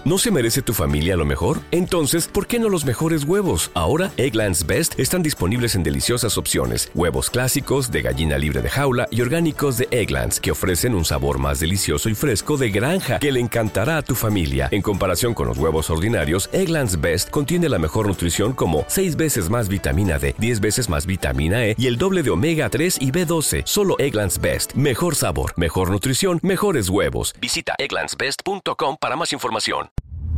¿No se merece tu familia lo mejor? Entonces, ¿por qué no los mejores huevos? Ahora, Eggland's Best están disponibles en deliciosas opciones. Huevos clásicos, de gallina libre de jaula y orgánicos de Eggland's, que ofrecen un sabor más delicioso y fresco de granja que le encantará a tu familia. En comparación con los huevos ordinarios, Eggland's Best contiene la mejor nutrición como 6 veces más vitamina D, 10 veces más vitamina E y el doble de omega 3 y B12. Solo Eggland's Best. Mejor sabor, mejor nutrición, mejores huevos. Visita egglandsbest.com para más información.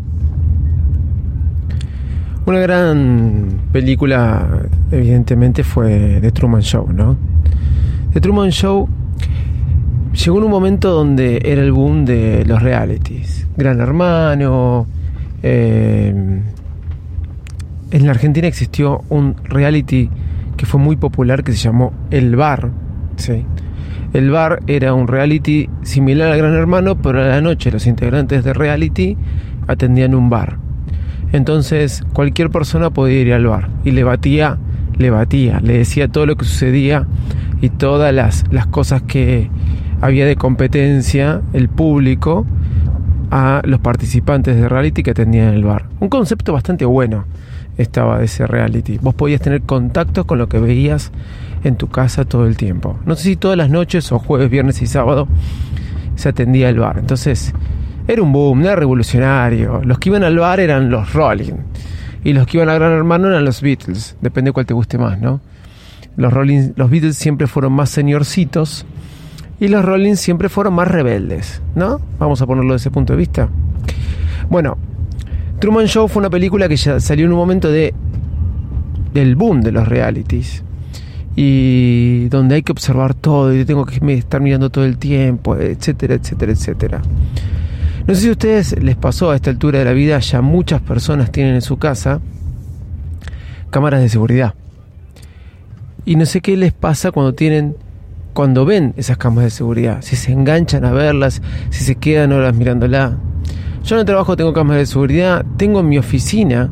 Una gran película, evidentemente, fue The Truman Show, ¿no? The Truman Show llegó en un momento donde era el boom de los realities. Gran Hermano. En la Argentina existió un reality que fue muy popular que se llamó El Bar, ¿sí? El Bar era un reality similar al Gran Hermano, pero a la noche los integrantes de reality atendían un bar. Entonces cualquier persona podía ir al bar y le decía todo lo que sucedía y todas las cosas que había de competencia el público a los participantes de reality que atendían el bar. Un concepto bastante bueno estaba de ese reality. Vos podías tener contactos con lo que veías en tu casa todo el tiempo. No sé si todas las noches o jueves, viernes y sábado se atendía el bar. Entonces era un boom, era revolucionario. Los que iban al bar eran los Rolling y los que iban a Gran Hermano eran los Beatles. Depende cuál te guste más, ¿no? Los Beatles siempre fueron más señorcitos y los Rolling siempre fueron más rebeldes, ¿no? Vamos a ponerlo desde ese punto de vista. Bueno, Truman Show fue una película que ya salió en un momento del boom de los realities y donde hay que observar todo y tengo que estar mirando todo el tiempo, etcétera, etcétera, etcétera. No sé si a ustedes les pasó a esta altura de la vida, ya muchas personas tienen en su casa cámaras de seguridad. Y no sé qué les pasa cuando ven esas cámaras de seguridad, si se enganchan a verlas, si se quedan horas mirándola. Yo en el trabajo tengo cámaras de seguridad, tengo en mi oficina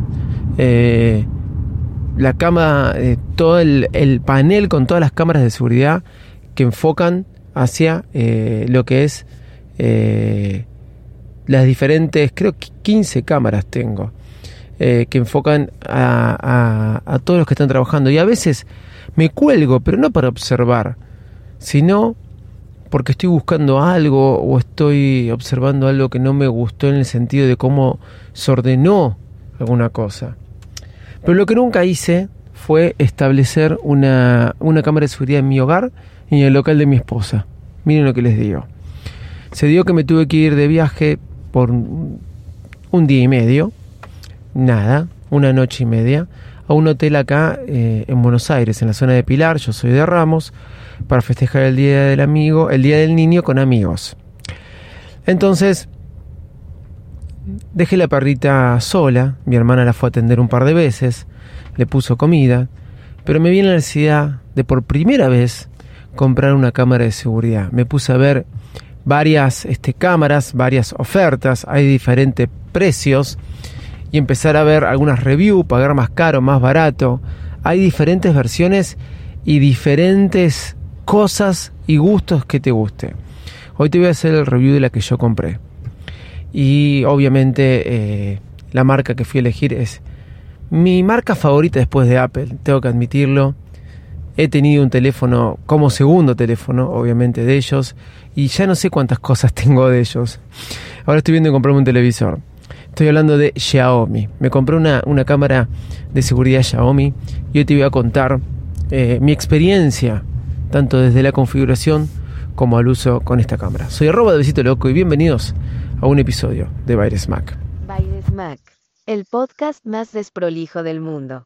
la cámara, todo el panel con todas las cámaras de seguridad que enfocan hacia lo que es las diferentes, creo que 15 cámaras tengo, que enfocan a todos los que están trabajando. Y a veces me cuelgo, pero no para observar, sino porque estoy buscando algo o estoy observando algo que no me gustó en el sentido de cómo se ordenó alguna cosa. Pero lo que nunca hice fue establecer una cámara de seguridad en mi hogar y en el local de mi esposa. Miren lo que les digo. Se dio que me tuve que ir de viaje por un día y medio, una noche y media, a un hotel acá en Buenos Aires, en la zona de Pilar. Yo soy de Ramos, para festejar el Día del Niño con amigos. Entonces dejé la perrita sola, mi hermana la fue a atender un par de veces, le puso comida, pero me vi en la necesidad de por primera vez comprar una cámara de seguridad. Me puse a ver varias cámaras, varias ofertas, hay diferentes precios y empezar a ver algunas reviews, pagar más caro, más barato. Hay diferentes versiones y diferentes cosas y gustos que te guste. Hoy te voy a hacer el review de la que yo compré. Y obviamente la marca que fui a elegir es mi marca favorita después de Apple, tengo que admitirlo. He tenido un teléfono como segundo teléfono, obviamente, de ellos, y ya no sé cuántas cosas tengo de ellos. Ahora estoy viendo en comprarme un televisor. Estoy hablando de Xiaomi. Me compré una cámara de seguridad Xiaomi y hoy te voy a contar mi experiencia, tanto desde la configuración como al uso con esta cámara. Soy @DeBesitoLoco y bienvenidos a un episodio de Baires Mac. Baires Mac, el podcast más desprolijo del mundo.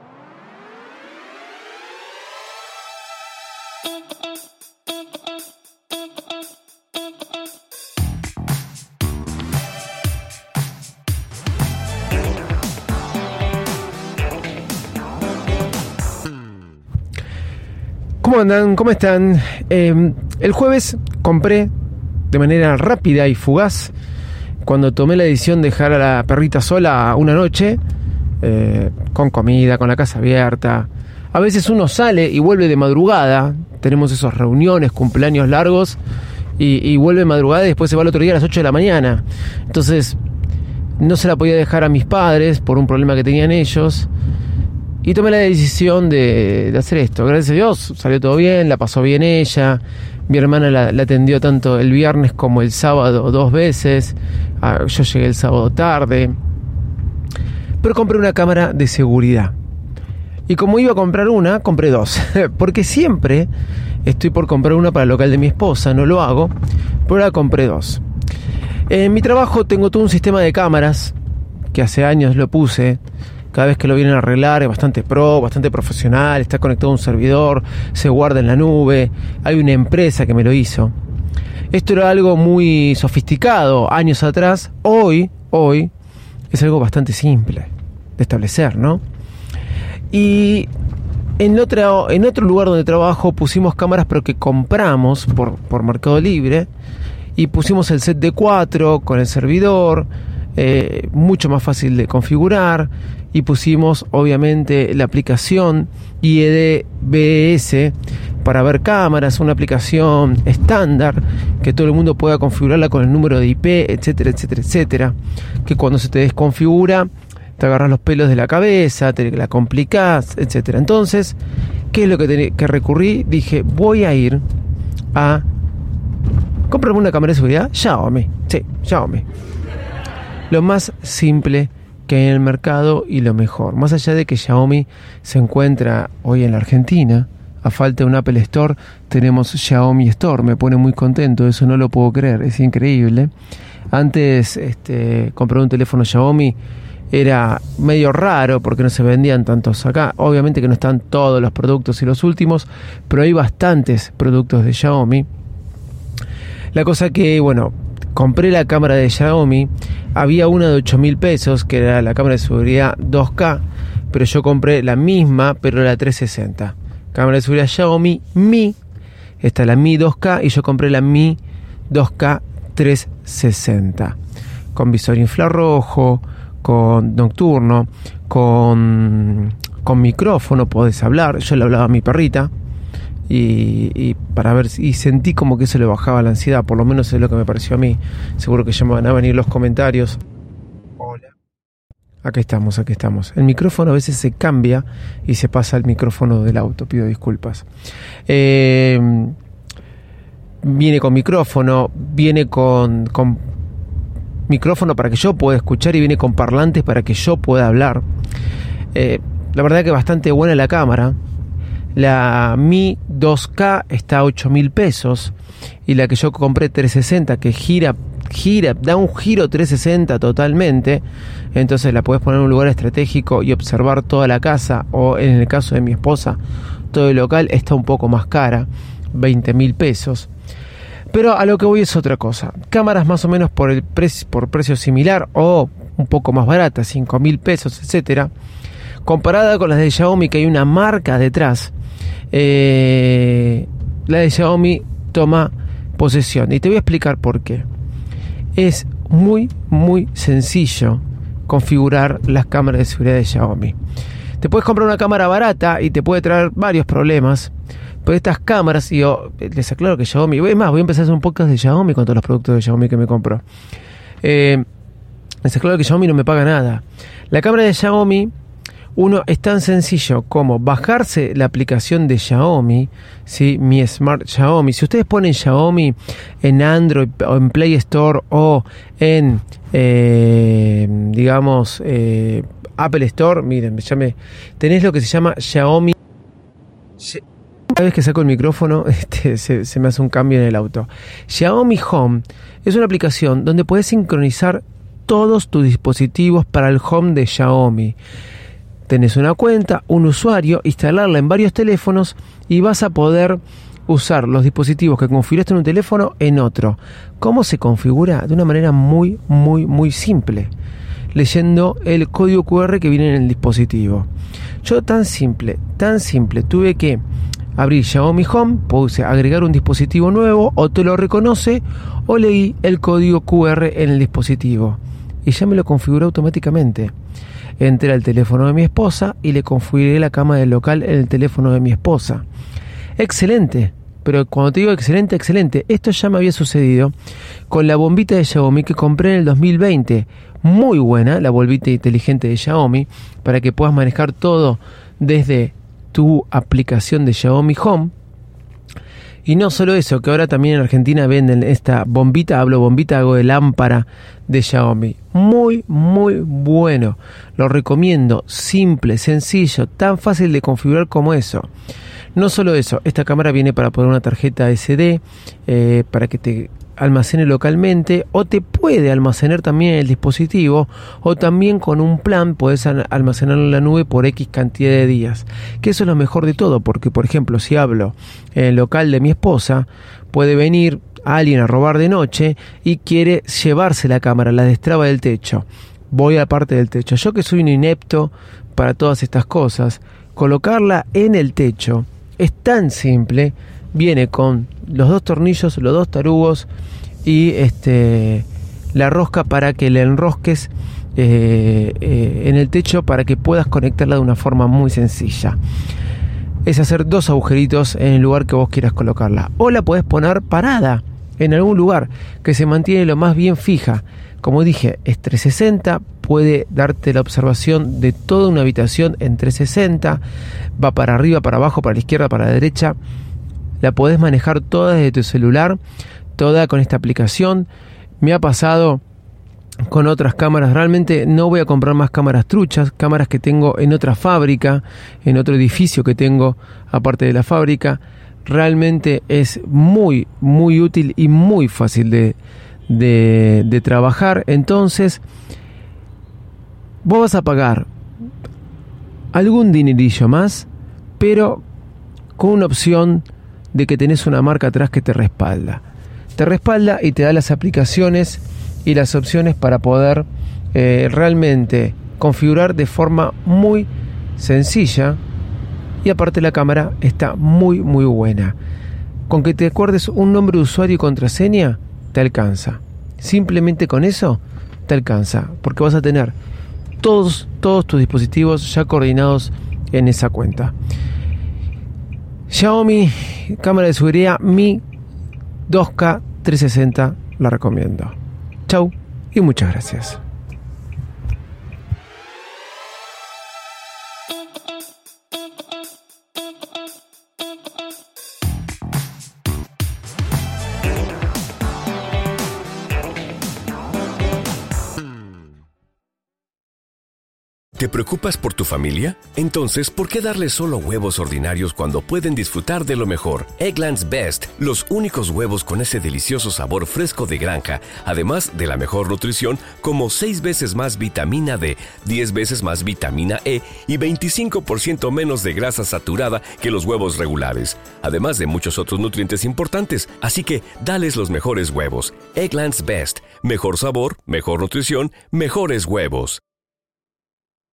¿Cómo andan? ¿Cómo están? El jueves compré de manera rápida y fugaz, cuando tomé la decisión de dejar a la perrita sola una noche, con comida, con la casa abierta. A veces uno sale y vuelve de madrugada, tenemos esas reuniones, cumpleaños largos, y vuelve de madrugada y después se va al otro día a las 8 de la mañana. Entonces, no se la podía dejar a mis padres por un problema que tenían ellos. Y tomé la decisión de hacer esto. Gracias a Dios salió todo bien, la pasó bien ella. Mi hermana la atendió tanto el viernes como el sábado 2 veces. Yo llegué el sábado tarde. Pero compré una cámara de seguridad. Y como iba a comprar una, compré 2. Porque siempre estoy por comprar una para el local de mi esposa. No lo hago, pero ahora compré 2. En mi trabajo tengo todo un sistema de cámaras que hace años lo puse. Cada vez que lo vienen a arreglar es bastante bastante profesional, está conectado a un servidor, se guarda en la nube, hay una empresa que me lo hizo. Esto era algo muy sofisticado años atrás. Hoy es algo bastante simple de establecer, ¿no? Y en otro lugar donde trabajo pusimos cámaras, pero que compramos por Mercado Libre, y pusimos el set de 4 con el servidor, mucho más fácil de configurar, y pusimos obviamente la aplicación IEDBS para ver cámaras, una aplicación estándar que todo el mundo pueda configurarla con el número de IP, etcétera, etcétera, etcétera, que cuando se te desconfigura te agarras los pelos de la cabeza, te la complicás, etcétera. Entonces, ¿qué es lo que recurrí? Dije, voy a ir a comprarme una cámara de seguridad Xiaomi. Sí, Xiaomi. Lo más simple que hay en el mercado y lo mejor. Más allá de que Xiaomi se encuentra hoy en la Argentina, a falta de un Apple Store, tenemos Xiaomi Store. Me pone muy contento, eso no lo puedo creer, es increíble. Antes comprar un teléfono Xiaomi era medio raro porque no se vendían tantos acá. Obviamente que no están todos los productos y los últimos, pero hay bastantes productos de Xiaomi. La cosa que, bueno, compré la cámara de Xiaomi. Había una de 8.000 pesos, que era la cámara de seguridad 2K, pero yo compré la misma, pero la 360. Cámara de seguridad Xiaomi Mi. Esta es la Mi 2K y yo compré la Mi 2K 360. Con visor infrarrojo, con nocturno, con micrófono, podés hablar. Yo le hablaba a mi perrita. Y para ver, y sentí como que eso le bajaba la ansiedad, por lo menos es lo que me pareció a mí. Seguro que ya me van a venir los comentarios. Hola. Aquí estamos. El micrófono a veces se cambia y se pasa al micrófono del auto, pido disculpas. Viene con micrófono, viene con micrófono para que yo pueda escuchar y viene con parlantes para que yo pueda hablar. La verdad que bastante buena la cámara. La Mi 2K está a 8.000 pesos y la que yo compré 360, que gira, da un giro 360 totalmente. Entonces la podés poner en un lugar estratégico y observar toda la casa, o en el caso de mi esposa, todo el local. Está un poco más cara, 20.000 pesos. Pero a lo que voy es otra cosa. Cámaras más o menos por precio similar o un poco más baratas, 5.000 pesos, etcétera. Comparada con las de Xiaomi, que hay una marca detrás, la de Xiaomi toma posesión. Y te voy a explicar por qué. Es muy, muy sencillo configurar las cámaras de seguridad de Xiaomi. Te puedes comprar una cámara barata y te puede traer varios problemas. Pero estas cámaras, y yo les aclaro que Xiaomi, es más, voy a empezar a hacer un podcast de Xiaomi con todos los productos de Xiaomi que me compro. Les aclaro que Xiaomi no me paga nada. La cámara de Xiaomi, es tan sencillo como bajarse la aplicación de Xiaomi, ¿sí? Mi Smart Xiaomi. Si ustedes ponen Xiaomi en Android o en Play Store o en, Apple Store, miren, tenés lo que se llama Xiaomi. Cada vez que saco el micrófono, se me hace un cambio en el auto. Xiaomi Home es una aplicación donde puedes sincronizar todos tus dispositivos para el Home de Xiaomi. Tenés una cuenta, un usuario, instalarla en varios teléfonos y vas a poder usar los dispositivos que configuraste en un teléfono en otro. ¿Cómo se configura? De una manera muy, muy, muy simple. Leyendo el código QR que viene en el dispositivo. Yo tan simple, tuve que abrir Xiaomi Home, puse agregar un dispositivo nuevo, o te lo reconoce, o leí el código QR en el dispositivo. Y ya me lo configuró automáticamente. Entré al teléfono de mi esposa y le configuré la cámara del local en el teléfono de mi esposa. Excelente, pero cuando te digo excelente, excelente. Esto ya me había sucedido con la bombita de Xiaomi que compré en el 2020. Muy buena la bombita inteligente de Xiaomi para que puedas manejar todo desde tu aplicación de Xiaomi Home. Y no solo eso, que ahora también en Argentina venden esta bombita, hago de lámpara de Xiaomi. Muy, muy bueno. Lo recomiendo. Simple, sencillo, tan fácil de configurar como eso. No solo eso, esta cámara viene para poner una tarjeta SD, para que te almacene localmente, o te puede almacenar también el dispositivo, o también con un plan puedes almacenarlo en la nube por X cantidad de días, que eso es lo mejor de todo, porque por ejemplo si hablo en el local de mi esposa, puede venir alguien a robar de noche y quiere llevarse la cámara, la destraba del techo, voy a la parte del techo, yo que soy un inepto para todas estas cosas, colocarla en el techo es tan simple. Viene con los 2 tornillos, los 2 tarugos y la rosca para que le enrosques en el techo para que puedas conectarla de una forma muy sencilla. Es hacer 2 agujeritos en el lugar que vos quieras colocarla. O la podés poner parada en algún lugar que se mantiene lo más bien fija. Como dije, es 360, puede darte la observación de toda una habitación en 360. Va para arriba, para abajo, para la izquierda, para la derecha. La podés manejar toda desde tu celular, toda con esta aplicación. Me ha pasado con otras cámaras. Realmente no voy a comprar más cámaras truchas, cámaras que tengo en otra fábrica, en otro edificio que tengo aparte de la fábrica. Realmente es muy, muy útil y muy fácil de trabajar. Entonces, vos vas a pagar algún dinerillo más, pero con una opción de que tenés una marca atrás que te respalda. Te respalda y te da las aplicaciones y las opciones para poder realmente configurar de forma muy sencilla. Y aparte la cámara está muy, muy buena. Con que te acuerdes un nombre de usuario y contraseña, te alcanza. Simplemente con eso, te alcanza. Porque vas a tener todos tus dispositivos ya coordinados en esa cuenta. Xiaomi, cámara de seguridad Mi 2K 360, la recomiendo. Chau y muchas gracias. ¿Te preocupas por tu familia? Entonces, ¿por qué darles solo huevos ordinarios cuando pueden disfrutar de lo mejor? Eggland's Best, los únicos huevos con ese delicioso sabor fresco de granja, además de la mejor nutrición, como 6 veces más vitamina D, 10 veces más vitamina E y 25% menos de grasa saturada que los huevos regulares, además de muchos otros nutrientes importantes. Así que, dales los mejores huevos. Eggland's Best, mejor sabor, mejor nutrición, mejores huevos.